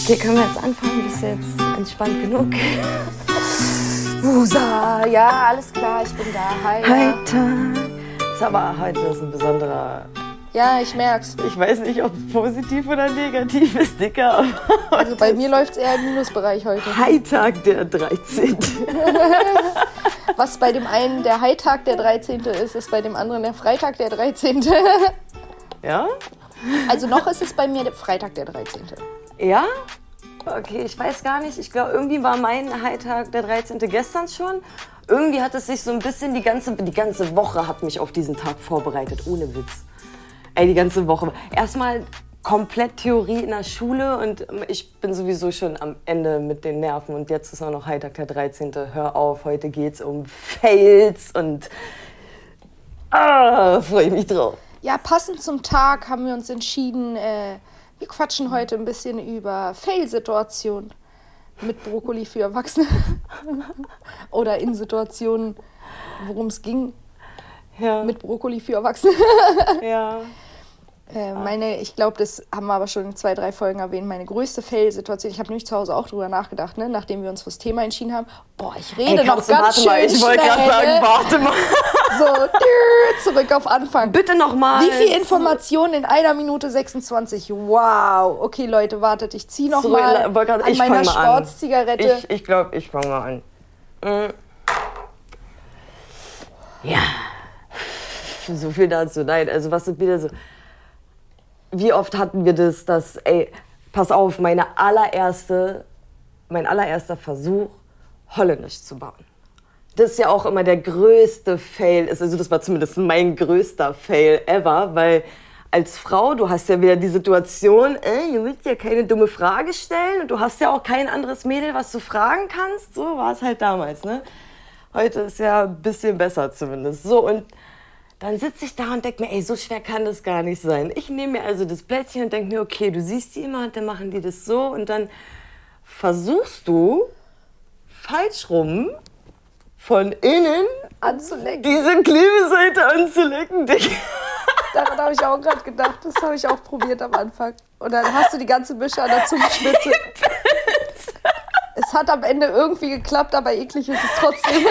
Okay, können wir jetzt anfangen? Bist du jetzt entspannt genug? Wusa, ja, alles klar, ich bin da. Hi. Hi-Tag. Ist aber heute ist ein besonderer... Ja, ich merk's. Ich weiß nicht, ob es positiv oder negativ ist, Dicker. Also bei mir läuft's eher im Minusbereich heute. Hi-Tag der 13. Was bei dem einen der Hi-Tag der 13. ist, ist bei dem anderen der Freitag der 13. Ja? Also noch ist es bei mir der Freitag der 13. Ja? Okay, ich weiß gar nicht. Ich glaube, irgendwie war mein Hi-Tag der 13. gestern schon. Irgendwie hat es sich so ein bisschen, die ganze Woche hat mich auf diesen Tag vorbereitet, ohne Witz. Ey, die ganze Woche. Erstmal komplett Theorie in der Schule und ich bin sowieso schon am Ende mit den Nerven. Und jetzt ist auch noch Hi-Tag der 13. Hör auf, heute geht's um Fails und freue ich mich drauf. Ja, passend zum Tag haben wir uns entschieden, wir quatschen heute ein bisschen über Fail-Situationen mit Brokkoli für Erwachsene. Oder in Situationen, worum es ging, Ja. mit Brokkoli für Erwachsene. Ja. Ich glaube, das haben wir aber schon in 2, 3 Folgen erwähnt, meine größte Fail-Situation, ich habe nämlich zu Hause auch drüber nachgedacht, ne, nachdem wir uns fürs Thema entschieden haben. Boah, ich rede noch ganz schön Ich wollte gerade sagen, warte mal. So, zurück auf Anfang. Bitte nochmal. Wie viel Information in 1 Minute 26? Wow. Okay, Leute, wartet, ich ziehe noch mal an meiner Sportszigarette. Ich glaube, ich fange mal an. Ja. So viel dazu. Nein, also was sind wieder so... Wie oft hatten wir das, dass, ey, pass auf, mein allererster Versuch, Holländisch zu bauen. Das ist ja auch immer der größte Fail, also das war zumindest mein größter Fail ever, weil als Frau, du hast ja wieder die Situation, du willst ja keine dumme Frage stellen und du hast ja auch kein anderes Mädel, was du fragen kannst, so war es halt damals, ne? Heute ist ja ein bisschen besser zumindest, so und dann sitze ich da und denke mir, ey, so schwer kann das gar nicht sein. Ich nehme mir also das Blättchen und denke mir, okay, du siehst die immer und dann machen die das so und dann versuchst du falsch rum von innen Anzulecken. diese Klebeseite anzulecken. Daran habe ich auch gerade gedacht, das habe ich auch probiert am Anfang. Und dann hast du die ganze Mische an der Zungenspitze. Es hat am Ende irgendwie geklappt, aber eklig ist es trotzdem.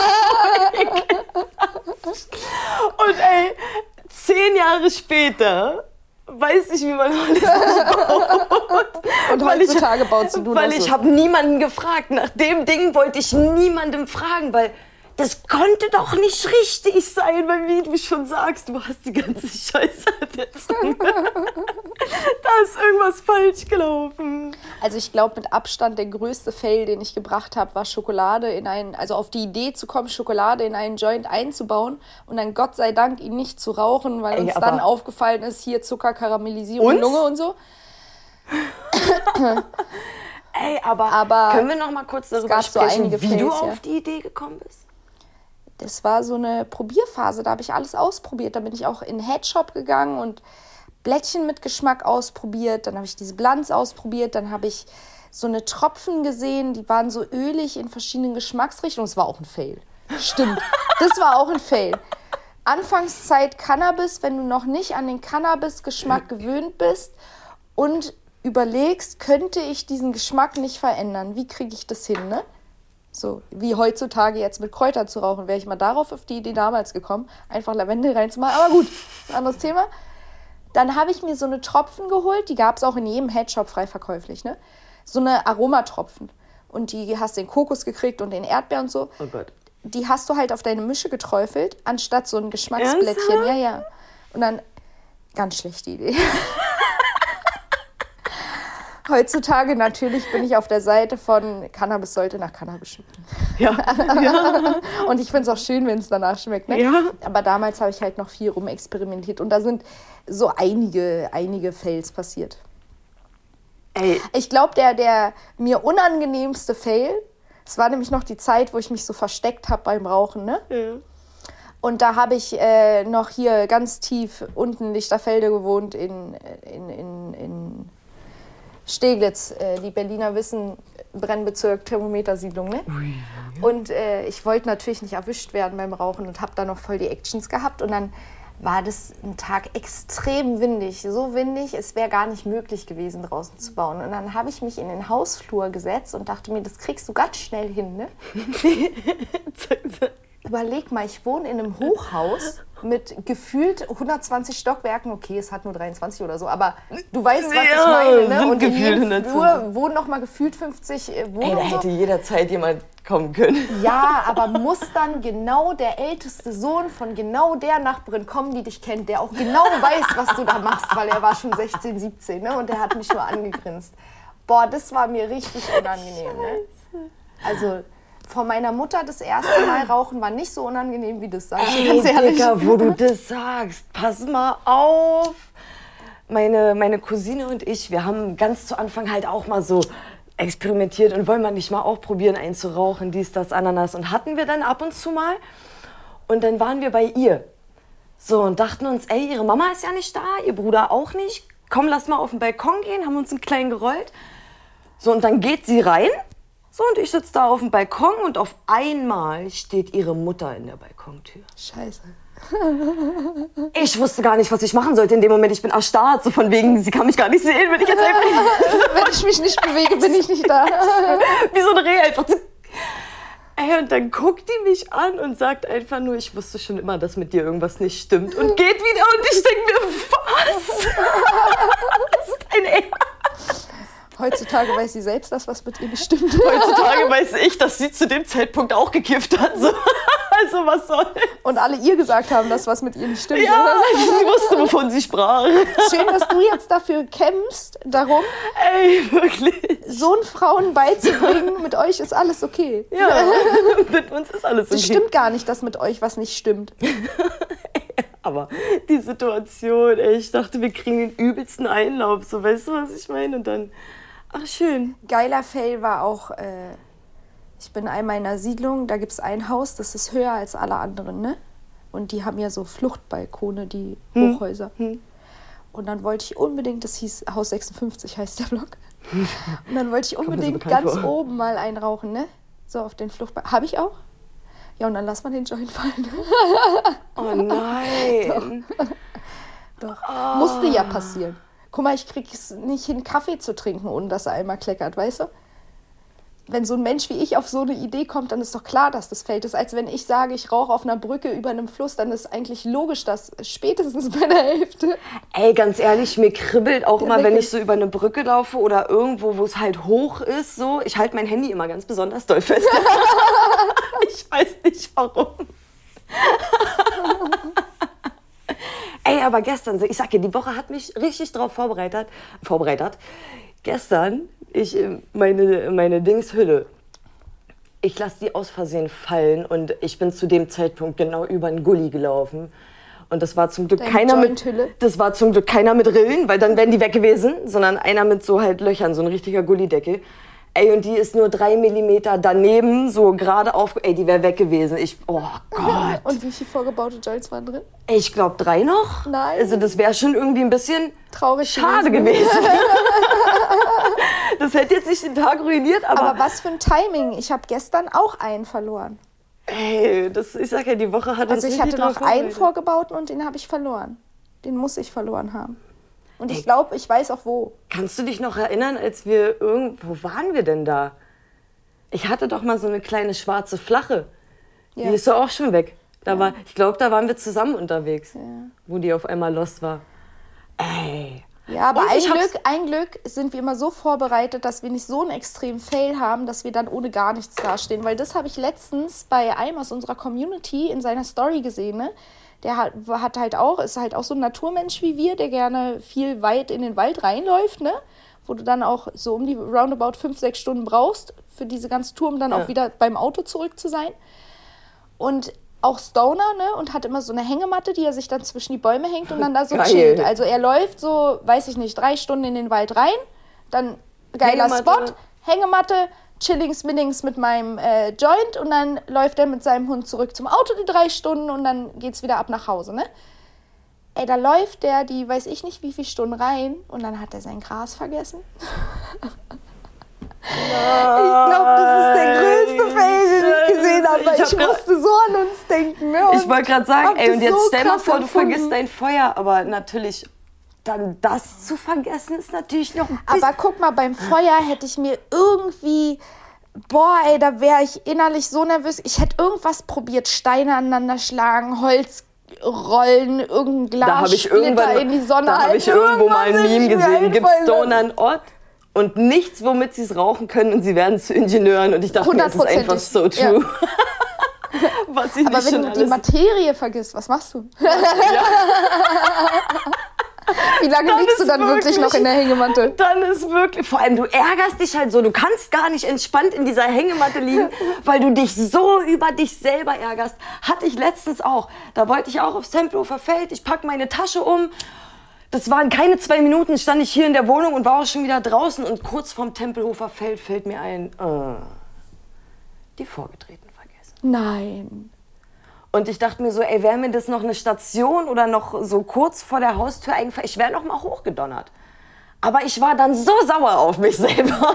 Und ey, 10 Jahre später weiß ich, wie man Holländisch baut. Und heutzutage baut sie nur noch so. Weil ich habe niemanden gefragt. Nach dem Ding wollte ich niemandem fragen, weil das konnte doch nicht richtig sein, weil wie du schon sagst, du hast die ganze Scheiße an der Zunge. Da ist irgendwas falsch gelaufen. Also ich glaube, mit Abstand der größte Fail, den ich gebracht habe, war also auf die Idee zu kommen, Schokolade in einen Joint einzubauen und dann Gott sei Dank ihn nicht zu rauchen, weil uns dann aufgefallen ist, hier Zucker, Karamellisierung, Lunge und so. Ey, aber können wir noch mal kurz darüber sprechen, wie du auf die Idee gekommen bist? Das war so eine Probierphase, da habe ich alles ausprobiert. Da bin ich auch in den Headshop gegangen und Blättchen mit Geschmack ausprobiert. Dann habe ich diese Blanz ausprobiert. Dann habe ich so eine Tropfen gesehen, die waren so ölig in verschiedenen Geschmacksrichtungen. Das war auch ein Fail. Stimmt, das war auch ein Fail. Anfangszeit Cannabis, wenn du noch nicht an den Cannabis-Geschmack gewöhnt bist und überlegst, könnte ich diesen Geschmack nicht verändern? Wie kriege ich das hin, ne? So, wie heutzutage jetzt mit Kräutern zu rauchen, wäre ich mal darauf auf die Idee damals gekommen, einfach Lavendel reinzumachen. Aber gut, ein anderes Thema. Dann habe ich mir so eine Tropfen geholt, die gab es auch in jedem Headshop frei verkäuflich, ne? So eine Aromatropfen. Und die hast du den Kokos gekriegt und den Erdbeer und so. Oh Gott. Die hast du halt auf deine Mische geträufelt, anstatt so ein Geschmacksblättchen. Ernsthaft? Ja. Und dann, ganz schlechte Idee. Heutzutage natürlich bin ich auf der Seite von Cannabis sollte nach Cannabis schmecken. Ja. Und ich finde es auch schön, wenn es danach schmeckt. Ne? Ja. Aber damals habe ich halt noch viel rumexperimentiert. Und da sind so einige Fails passiert. Ey. Ich glaube, der mir unangenehmste Fail, es war nämlich noch die Zeit, wo ich mich so versteckt habe beim Rauchen. Ne? Ja. Und da habe ich noch hier ganz tief unten in Lichterfelde gewohnt in Steglitz, die Berliner wissen, Brennbezirk, Thermometersiedlung, ne? Und ich wollte natürlich nicht erwischt werden beim Rauchen und habe da noch voll die Actions gehabt. Und dann war das ein Tag extrem windig. So windig, es wäre gar nicht möglich gewesen, draußen zu bauen. Und dann habe ich mich in den Hausflur gesetzt und dachte mir, das kriegst du ganz schnell hin, ne? Überleg mal, ich wohne in einem Hochhaus mit gefühlt 120 Stockwerken. Okay, es hat nur 23 oder so, aber du weißt, was ich meine, ne? Und in jedem Flur wohnen noch mal gefühlt 50 Wohnungen. Ey, da hätte jederzeit jemand kommen können. Ja, aber muss dann genau der älteste Sohn von genau der Nachbarin kommen, die dich kennt, der auch genau weiß, was du da machst, weil er war schon 16, 17, ne? Und der hat mich nur angegrinst. Boah, das war mir richtig unangenehm, ne? Also von meiner Mutter das erste Mal rauchen war nicht so unangenehm wie das, sag ich dir ganz ehrlich. Digga, wo du das sagst, pass mal auf. Meine Cousine und ich, wir haben ganz zu Anfang halt auch mal so experimentiert und wollen wir nicht mal auch probieren einzurauchen, dies, das, Ananas. Und hatten wir dann ab und zu mal. Und dann waren wir bei ihr. So, und dachten uns, ey, ihre Mama ist ja nicht da, ihr Bruder auch nicht. Komm, lass mal auf den Balkon gehen, haben uns einen kleinen gerollt. So, und dann geht sie rein. So, und ich sitze da auf dem Balkon und auf einmal steht ihre Mutter in der Balkontür. Scheiße. Ich wusste gar nicht, was ich machen sollte in dem Moment. Ich bin erstarrt, so von wegen, sie kann mich gar nicht sehen, wenn ich jetzt einfach... Wenn ich mich nicht bewege, bin ich nicht da. Wie so ein Reh einfach. Ey, und dann guckt die mich an und sagt einfach nur, ich wusste schon immer, dass mit dir irgendwas nicht stimmt. Und geht wieder und ich denke mir, was? Das ist ein Ernst. Heutzutage weiß sie selbst, dass was mit ihr nicht stimmt. Heutzutage weiß ich, dass sie zu dem Zeitpunkt auch gekifft hat. So. Also was soll? Und alle ihr gesagt haben, dass was mit ihr nicht stimmt. Ja, sie wusste, wovon sie sprach. Schön, dass du jetzt dafür kämpfst, darum, ey, wirklich, so einen Frauen beizubringen, mit euch ist alles okay. Ja, mit uns ist alles okay. Es stimmt gar nicht, dass mit euch was nicht stimmt. Aber die Situation, ey, ich dachte, wir kriegen den übelsten Einlauf. So, weißt du, was ich meine? Und dann, ach schön. Geiler Fail war auch, ich bin einmal in einer Siedlung, da gibt es ein Haus, das ist höher als alle anderen, ne? Und die haben ja so Fluchtbalkone, die Hochhäuser. Und dann wollte ich unbedingt, das hieß Haus 56, heißt der Block. Und dann wollte ich unbedingt ganz oben mal einrauchen, ne? So auf den Fluchtbalkon. Habe ich auch? Ja, und dann lass mal den Joint fallen. Oh nein. Doch. Oh. Musste ja passieren. Guck mal, ich krieg es nicht hin, Kaffee zu trinken, ohne dass er einmal kleckert, weißt du? Wenn so ein Mensch wie ich auf so eine Idee kommt, dann ist doch klar, dass das fällt. Das ist, als wenn ich sage, ich rauche auf einer Brücke über einem Fluss, dann ist eigentlich logisch, dass spätestens bei der Hälfte... Ey, ganz ehrlich, mir kribbelt auch immer, wenn ich so über eine Brücke laufe oder irgendwo, wo es halt hoch ist, so. Ich halte mein Handy immer ganz besonders doll fest. Ich weiß nicht, warum. Ey, aber gestern, ich sag dir, die Woche hat mich richtig drauf vorbereitet. Gestern, meine Dingshülle, ich lasse die aus Versehen fallen und ich bin zu dem Zeitpunkt genau über einen Gully gelaufen. Und das war zum Glück keiner mit Rillen, weil dann wären die weg gewesen, sondern einer mit so halt Löchern, so ein richtiger Gullydeckel. Ey, und die ist nur 3 Millimeter daneben, so gerade auf... Ey, die wäre weg gewesen. Oh Gott. Und wie viele vorgebaute Joints waren drin? Ich glaube 3 noch. Nein. Also das wäre schon irgendwie ein bisschen traurig schade gewesen. Das hätte jetzt nicht den Tag ruiniert, aber was für ein Timing. Ich habe gestern auch einen verloren. Ey, ich sag ja, die Woche hat uns ich hatte noch einen vorgebauten und den habe ich verloren. Den muss ich verloren haben. Und ich glaube, ich weiß auch wo. Kannst du dich noch erinnern, als wir wo waren wir denn da? Ich hatte doch mal so eine kleine schwarze Flache. Ja. Die ist doch auch schon weg. Ich glaube, da waren wir zusammen unterwegs, wo die auf einmal lost war. Ey. Ja, aber ein Glück sind wir immer so vorbereitet, dass wir nicht so einen extremen Fail haben, dass wir dann ohne gar nichts dastehen. Weil das habe ich letztens bei einem aus unserer Community in seiner Story gesehen, ne? Der ist halt auch so ein Naturmensch wie wir, der gerne viel weit in den Wald reinläuft, ne? Wo du dann auch so um die roundabout 5-6 Stunden brauchst für diese ganze Tour, um dann auch wieder beim Auto zurück zu sein. Und auch Stoner, ne? Und hat immer so eine Hängematte, die er sich dann zwischen die Bäume hängt und dann da so chillt. Also er läuft so, weiß ich nicht, 3 Stunden in den Wald rein, dann geiler Spot, Hängematte, Chillings, Minnings mit meinem Joint und dann läuft er mit seinem Hund zurück zum Auto die 3 Stunden und dann geht's wieder ab nach Hause, ne? Ey, da läuft der die weiß ich nicht wie viele Stunden rein und dann hat er sein Gras vergessen. Ich glaube, das ist der größte Fail, den ich gesehen habe, weil ich musste so an uns denken. Ne? Ich wollte gerade sagen, ey, und jetzt so stell mal vor, du empfunden. vergisst dein Feuer, aber natürlich, dann das zu vergessen, ist natürlich noch ein bisschen... Aber guck mal, beim Feuer hätte ich mir irgendwie, boah, ey, da wäre ich innerlich so nervös. Ich hätte irgendwas probiert, Steine aneinander schlagen, Holz rollen, irgendein Glassplitter in die Sonne Da habe ich irgendwo mal ein Meme gesehen. Gibt es da einen Ort und nichts, womit sie es rauchen können und sie werden zu Ingenieuren. Und ich dachte mir, das ist einfach so true. Ja. Was ich aber nicht wenn schon du alles... die Materie vergisst, was machst du? Ja. Wie lange liegst du dann wirklich noch in der Hängematte? Dann ist wirklich, vor allem du ärgerst dich halt so, du kannst gar nicht entspannt in dieser Hängematte liegen, weil du dich so über dich selber ärgerst. Hatte ich letztens auch. Da wollte ich auch aufs Tempelhofer Feld, ich packe meine Tasche um. Das waren keine 2 Minuten, stand ich hier in der Wohnung und war auch schon wieder draußen. Und kurz vorm Tempelhofer Feld fällt mir ein, die Vorgetreten vergessen. Nein. Und ich dachte mir so, ey, wäre mir das noch eine Station oder noch so kurz vor der Haustür eingefallen, ich wäre noch mal hochgedonnert. Aber ich war dann so sauer auf mich selber.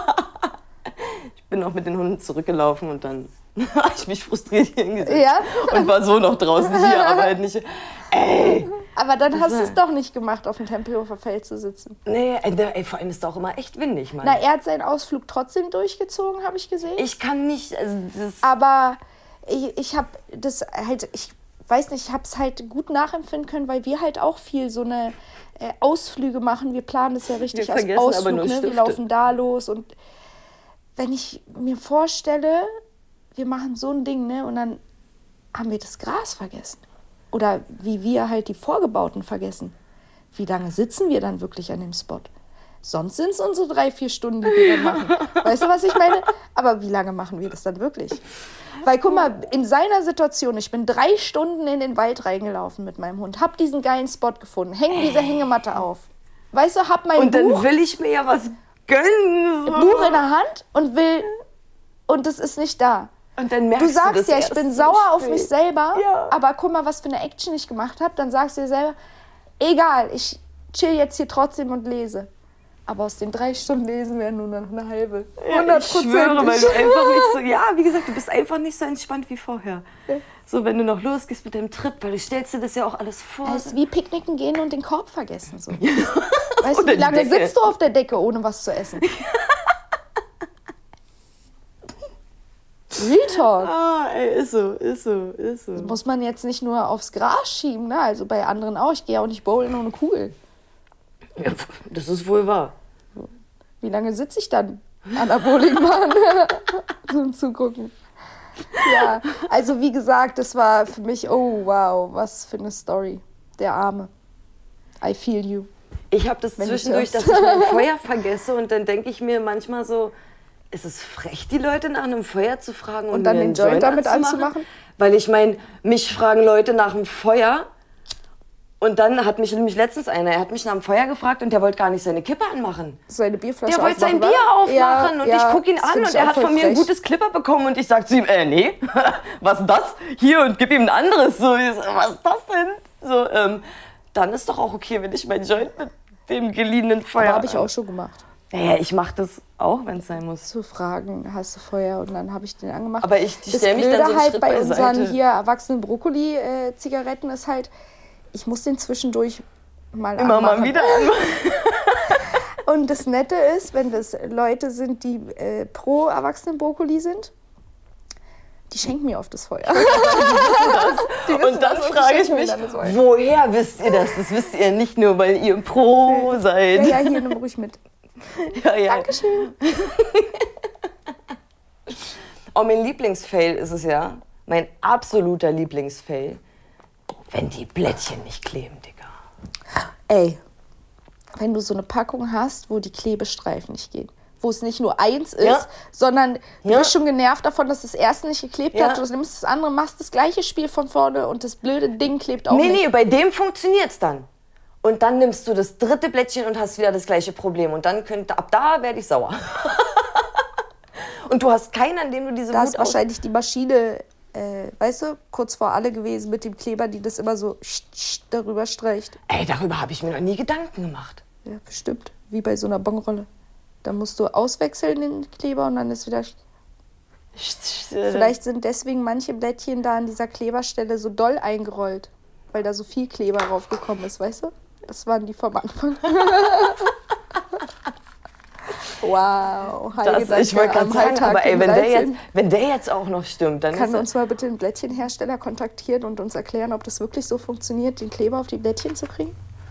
Ich bin auch mit den Hunden zurückgelaufen und dann habe ich mich frustriert hingesetzt. Ja? Und war so noch draußen hier, aber halt nicht, ey. Aber dann hast du es doch nicht gemacht, auf dem Tempelhofer Feld zu sitzen. Nee, ey, vor allem ist es auch immer echt windig, Mann. Na, er hat seinen Ausflug trotzdem durchgezogen, habe ich gesehen. Ich kann nicht, also das... Aber ich habe das halt, ich weiß nicht, ich habe es halt gut nachempfinden können, weil wir halt auch viel so eine Ausflüge machen. Wir planen das ja richtig als Ausflug, ne? Wir laufen da los und wenn ich mir vorstelle, wir machen so ein Ding, ne, und dann haben wir das Gras vergessen. Oder wie wir halt die Vorgebauten vergessen. Wie lange sitzen wir dann wirklich an dem Spot? Sonst sind es unsere 3-4 Stunden, die wir dann machen. Weißt du, was ich meine? Aber wie lange machen wir das dann wirklich? Weil, guck mal, in seiner Situation, ich bin 3 Stunden in den Wald reingelaufen mit meinem Hund, hab diesen geilen Spot gefunden, häng diese Hängematte auf. Weißt du, hab mein Und dann Buch, will ich mir ja was gönnen. So. Buch in der Hand und es ist nicht da. Und dann merkst du sagst ja, ich bin sauer auf mich selber, ja. Aber guck mal, was für eine Action ich gemacht habe. Dann sagst du dir selber, egal, ich chill jetzt hier trotzdem und lese. Aber aus den 3 Stunden lesen werden nur noch eine halbe. 100%. Ja, ich schwöre, weil du einfach nicht so, ja, wie gesagt, du bist einfach nicht so entspannt wie vorher. Ja. So, wenn du noch losgehst mit deinem Trip, weil du stellst dir das ja auch alles vor. Es ist wie Picknicken gehen und den Korb vergessen. So. Weißt du, wie lange sitzt du auf der Decke, ohne was zu essen? Real Talk. Ah, ey, ist so. Das muss man jetzt nicht nur aufs Gras schieben, ne? Also bei anderen auch. Ich gehe auch nicht bowlen ohne Kugel. Ja, das ist wohl wahr. Wie lange sitze ich dann an der Bowlingbahn zum Zugucken? Ja, also wie gesagt, das war für mich, oh wow, was für eine Story. Der Arme. I feel you. Ich habe das zwischendurch, dass ich mein Feuer vergesse und dann denke ich mir manchmal so, ist es frech, die Leute nach einem Feuer zu fragen und dann den Joint damit anzumachen? Weil ich meine, mich fragen Leute nach dem Feuer und dann hat mich nämlich letztens er hat mich nach dem Feuer gefragt und der wollte gar nicht seine Kippe anmachen. Seine Bierflasche Der wollte sein Bier aufmachen und ich gucke ihn an und er hat von mir ein gutes Clipper bekommen und ich sag zu ihm, nee, was ist das? Hier und gib ihm ein anderes. So, ich so, was ist das denn? So, dann ist doch auch okay, wenn ich mein Joint mit dem geliehenen Feuer... habe ich auch schon gemacht. Ja, ich mache das auch, wenn es sein muss. Zu fragen, hast du Feuer? Und dann habe ich den angemacht. Aber ich stelle mich dann so einen halt Schritt bei beiseite. unseren hier erwachsenen Brokkoli-Zigaretten ist halt, ich muss den zwischendurch mal immer anmachen. mal wieder anmachen. Und das Nette ist, wenn das Leute sind, die pro Erwachsenen-Brokkoli sind, die schenken mir oft das Feuer. Und dann frage ich mich, woher wisst ihr das? Das wisst ihr nicht nur, weil ihr pro seid. Ja, hier, nimm ruhig mit. Ja. Dankeschön. Oh, mein Lieblingsfail ist es ja, mein absoluter Lieblingsfail, wenn die Blättchen nicht kleben, Digga. Ey, wenn du so eine Packung hast, wo die Klebestreifen nicht gehen. Wo es nicht nur eins ist, sondern du bist schon genervt davon, dass das erste nicht geklebt hat. Du nimmst das andere, machst das gleiche Spiel von vorne und das blöde Ding klebt auch nicht. Nee, bei dem funktioniert's dann. Und dann nimmst du das 3. Blättchen und hast wieder das gleiche Problem. Und dann ab da werde ich sauer. Und du hast keinen, an dem du diese Da Wut ist wahrscheinlich die Maschine, weißt du, kurz vor alle gewesen mit dem Kleber, die das immer so darüber streicht. Ey, darüber habe ich mir noch nie Gedanken gemacht. Ja, bestimmt. Wie bei so einer Bonrolle. Dann musst du auswechseln den Kleber und dann ist wieder... Vielleicht sind deswegen manche Blättchen da an dieser Kleberstelle so doll eingerollt, weil da so viel Kleber raufgekommen ist, weißt du? Das waren die vom Anfang. Wow, ich wollte gerade sagen, aber ey, wenn der jetzt auch noch stimmt, dann kann uns mal bitte ein Blättchenhersteller kontaktieren und uns erklären, ob das wirklich so funktioniert, den Kleber auf die Blättchen zu kriegen.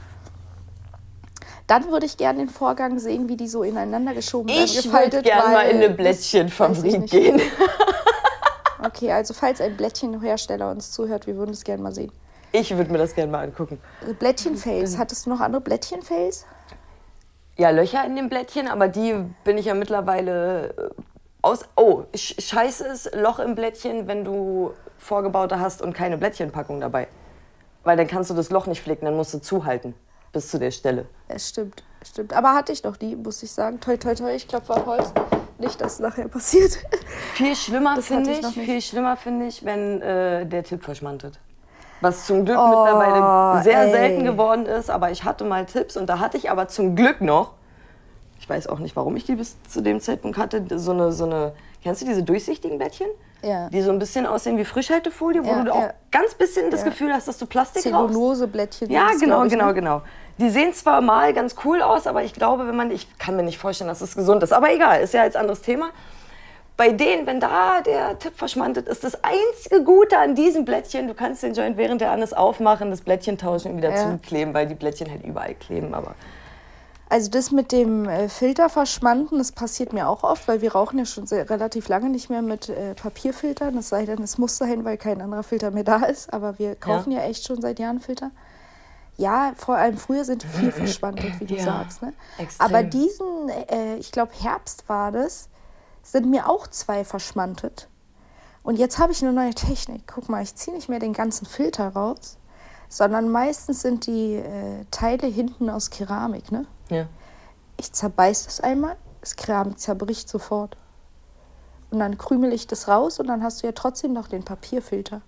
Dann würde ich gerne den Vorgang sehen, wie die so ineinander geschoben werden. Ich würde gerne mal in eine Blättchenfabrik gehen. Okay, also falls ein Blättchenhersteller uns zuhört, wir würden es gerne mal sehen. Ich würde mir das gerne mal angucken. Blättchenfails. Hattest du noch andere Blättchenfails? Ja, Löcher in den Blättchen, aber die bin ich ja mittlerweile aus... Oh, scheiße ist Loch im Blättchen, wenn du vorgebaute hast und keine Blättchenpackung dabei. Weil dann kannst du das Loch nicht flicken, dann musst du zuhalten bis zu der Stelle. Es stimmt. Aber hatte ich doch die, muss ich sagen. Toi, toi, toi, ich klopfe auf Holz. Nicht, dass es nachher passiert. Viel schlimmer finde ich, wenn der Tipp verschmantet. Was zum Glück mittlerweile sehr selten geworden ist. Aber ich hatte mal Tipps und da hatte ich aber zum Glück noch, ich weiß auch nicht, warum ich die bis zu dem Zeitpunkt hatte, so eine kennst du diese durchsichtigen Blättchen? Ja. Die so ein bisschen aussehen wie Frischhaltefolie, wo du auch ganz bisschen das Gefühl hast, dass du Plastik raus. Zellulose-Blättchen. Ja, genau. Die sehen zwar mal ganz cool aus, aber ich glaube, ich kann mir nicht vorstellen, dass es gesund ist. Aber egal, ist ja jetzt ein anderes Thema. Bei denen, wenn da der Tipp verschmantet, ist das einzige Gute an diesem Blättchen, du kannst den Joint während der an ist aufmachen, das Blättchen tauschen und wieder zukleben, weil die Blättchen halt überall kleben. Aber also das mit dem Filter verschmanden, das passiert mir auch oft, weil wir rauchen ja schon relativ lange nicht mehr mit Papierfiltern. Es sei denn, es muss sein, weil kein anderer Filter mehr da ist. Aber wir kaufen ja echt schon seit Jahren Filter. Ja, vor allem früher sind die viel verschwandelt, wie du sagst. Ne? Extrem. Aber diesen, ich glaube Herbst war das, sind mir auch 2 verschmantet. Und jetzt habe ich eine neue Technik. Guck mal, ich ziehe nicht mehr den ganzen Filter raus, sondern meistens sind die Teile hinten aus Keramik, ne? Ja. Ich zerbeiße das einmal, das Keramik zerbricht sofort. Und dann krümel ich das raus und dann hast du ja trotzdem noch den Papierfilter.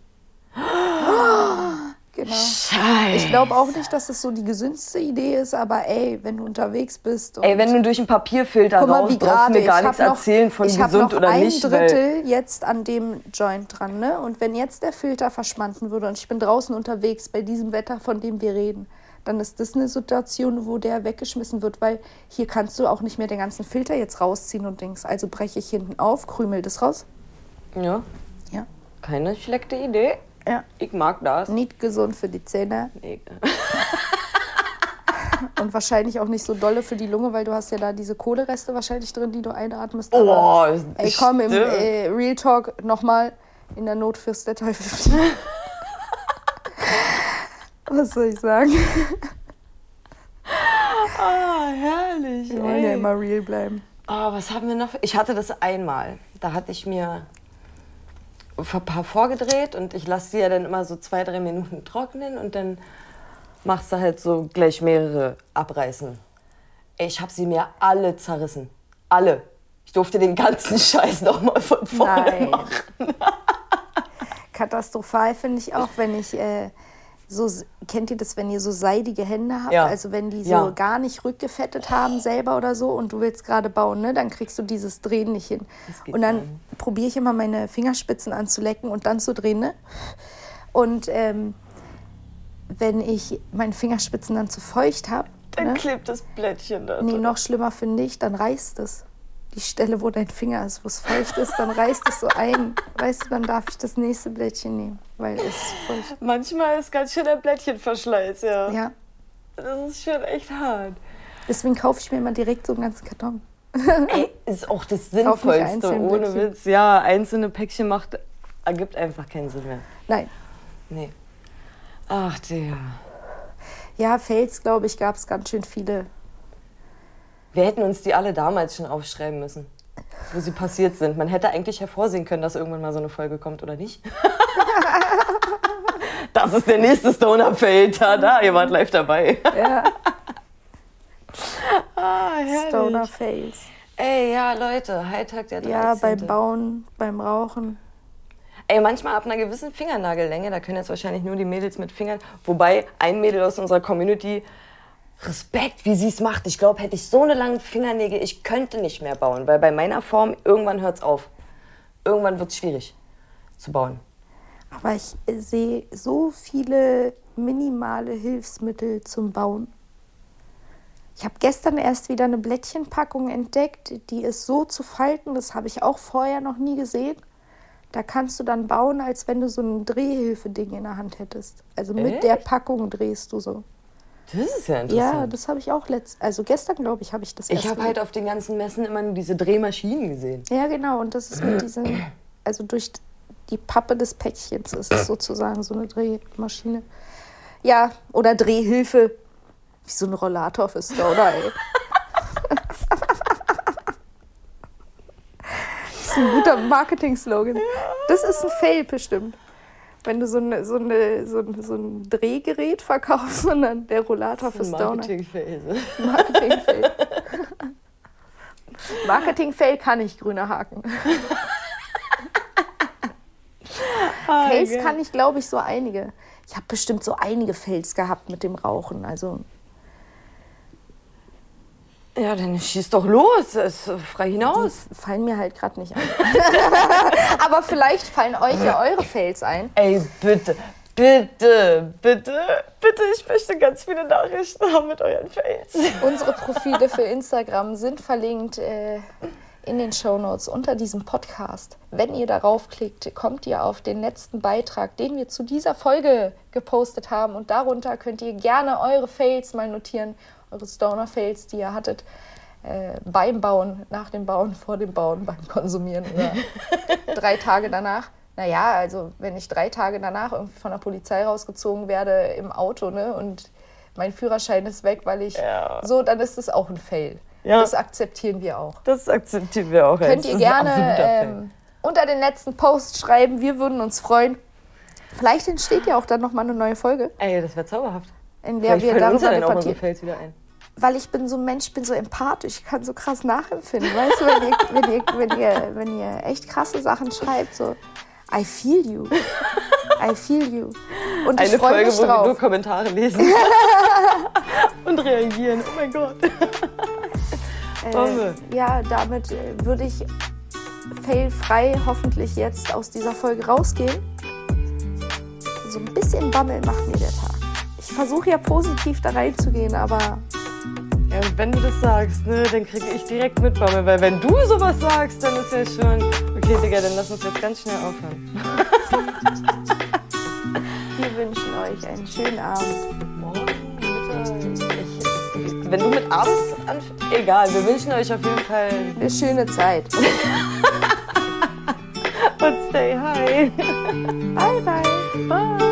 Genau. Scheiße. Ich glaube auch nicht, dass das so die gesündeste Idee ist, aber ey, wenn du unterwegs bist... Ey, wenn du durch einen Papierfilter raus, brauchst du mir gar nichts erzählen von gesund oder nicht. Ich habe noch ein Drittel jetzt an dem Joint dran, ne? Und wenn jetzt der Filter verschmanden würde und ich bin draußen unterwegs bei diesem Wetter, von dem wir reden, dann ist das eine Situation, wo der weggeschmissen wird, weil hier kannst du auch nicht mehr den ganzen Filter jetzt rausziehen und denkst, also breche ich hinten auf, krümel das raus. Ja. Keine schlechte Idee. Ja. Ich mag das. Nicht gesund für die Zähne. Nee. Und wahrscheinlich auch nicht so dolle für die Lunge, weil du hast ja da diese Kohlereste wahrscheinlich drin, die du einatmest. Oh, aber, ey, komm, im Real Talk nochmal, in der Not für's der Teufel. Was soll ich sagen? Herrlich. Wir wollen ja immer real bleiben. Was haben wir noch? Ich hatte das einmal. Da hatte ich mir ein paar vorgedreht und ich lasse die ja dann immer so 2-3 Minuten trocknen und dann machst du halt so gleich mehrere abreißen. Ich habe sie mir alle zerrissen. Alle. Ich durfte den ganzen Scheiß nochmal von vorne machen. Katastrophal finde ich auch, wenn ich kennt ihr das, wenn ihr so seidige Hände habt? Ja. Also wenn die so gar nicht rückgefettet haben selber oder so und du willst gerade bauen, ne? Dann kriegst du dieses Drehen nicht hin. Und dann probiere ich immer meine Fingerspitzen anzulecken und dann zu drehen, ne? Und wenn ich meine Fingerspitzen dann zu feucht habe, dann klebt das Blättchen da. Nee, noch schlimmer finde ich, dann reißt es. Die Stelle, wo dein Finger ist, wo es feucht ist, dann reißt es so ein. Weißt du, dann darf ich das nächste Blättchen nehmen, weil es feucht. Manchmal ist ganz schön der Blättchenverschleiß, ja. Ja. Das ist schon echt hart. Deswegen kaufe ich mir immer direkt so einen ganzen Karton. Ey, ist auch das Sinnvollste, ohne Witz. Ja, einzelne Päckchen ergibt einfach keinen Sinn mehr. Nein. Nee. Ach, der. Ja, Fails, glaube ich, gab es ganz schön viele. Wir hätten uns die alle damals schon aufschreiben müssen, wo sie passiert sind. Man hätte eigentlich hervorsehen können, dass irgendwann mal so eine Folge kommt, oder nicht? Das ist der nächste Stoner-Fail. Da, ihr wart live dabei. Ja. Herrlich. Stoner-Fails. Ey, ja, Leute, Hightag der 13. Ja, beim Bauen, beim Rauchen. Ey, manchmal ab einer gewissen Fingernagellänge, da können jetzt wahrscheinlich nur die Mädels mit Fingern, wobei ein Mädel aus unserer Community, Respekt, wie sie es macht. Ich glaube, hätte ich so eine lange Fingernägel, ich könnte nicht mehr bauen, weil bei meiner Form irgendwann hört es auf. irgendwann wird es schwierig zu bauen. Aber ich sehe so viele minimale Hilfsmittel zum Bauen. Ich habe gestern erst wieder eine Blättchenpackung entdeckt, die ist so zu falten, das habe ich auch vorher noch nie gesehen. Da kannst du dann bauen, als wenn du so ein Drehhilfeding in der Hand hättest. Also mit der Packung drehst du so. Das ist ja interessant. Ja, das habe ich auch gestern, glaube ich, habe ich das erst Ich habe halt auf den ganzen Messen immer nur diese Drehmaschinen gesehen. Ja, genau. Und das ist mit diesen, also durch die Pappe des Päckchens ist es sozusagen so eine Drehmaschine. Ja, oder Drehhilfe. Wie so ein Rollator für Stoner, ey. Das ist ein guter Marketing-Slogan. Das ist ein Fail bestimmt. Wenn du so ein Drehgerät verkaufst, sondern der Rollator für Stoner. Marketing-Fail. Marketing-Fail. Marketing-Fail kann ich, grüner Haken. Fails kann ich, glaube ich, so einige. Ich habe bestimmt so einige Fails gehabt mit dem Rauchen. Also Ja, dann schieß doch los, ist frei hinaus. die fallen mir halt gerade nicht ein. Aber vielleicht fallen euch ja eure Fails ein. Ey, bitte, bitte, bitte, bitte, ich möchte ganz viele Nachrichten haben mit euren Fails. Unsere Profile für Instagram sind verlinkt in den Shownotes unter diesem Podcast. Wenn ihr darauf klickt, kommt ihr auf den letzten Beitrag, den wir zu dieser Folge gepostet haben. Und darunter könnt ihr gerne eure Fails mal notieren, eure Stoner-Fails, die ihr hattet, beim Bauen, nach dem Bauen, vor dem Bauen, beim Konsumieren oder 3 Tage danach. Naja, also wenn ich 3 Tage danach irgendwie von der Polizei rausgezogen werde im Auto, ne, und mein Führerschein ist weg, weil ich so, dann ist das auch ein Fail. Ja. Das akzeptieren wir auch. Das akzeptieren wir auch. Könnt ihr gerne unter den letzten Post schreiben, wir würden uns freuen. Vielleicht entsteht ja auch dann nochmal eine neue Folge. Ey, das wäre zauberhaft. In der wir darüber debattieren. Fällt wieder ein. Weil ich bin so ein Mensch, bin so empathisch, ich kann so krass nachempfinden. Weißt du, wenn ihr echt krasse Sachen schreibt, so I feel you. I feel you. Und ich freue mich drauf. Eine Folge, wo wir nur Kommentare lesen und reagieren. Oh mein Gott. Ja, damit würde ich failfrei hoffentlich jetzt aus dieser Folge rausgehen. So ein bisschen Bammel macht mir der Tag. Ich versuche ja positiv da reinzugehen, aber... Ja, und wenn du das sagst, ne, dann kriege ich direkt mit Bammel, weil wenn du sowas sagst, dann ist ja schon... Okay, Digga, dann lass uns jetzt ganz schnell aufhören. Wir wünschen euch einen schönen Abend. Morgen, Mittag, wenn du mit abends anfängst, egal, wir wünschen euch auf jeden Fall eine schöne Zeit. Und stay high. Bye, bye. Bye.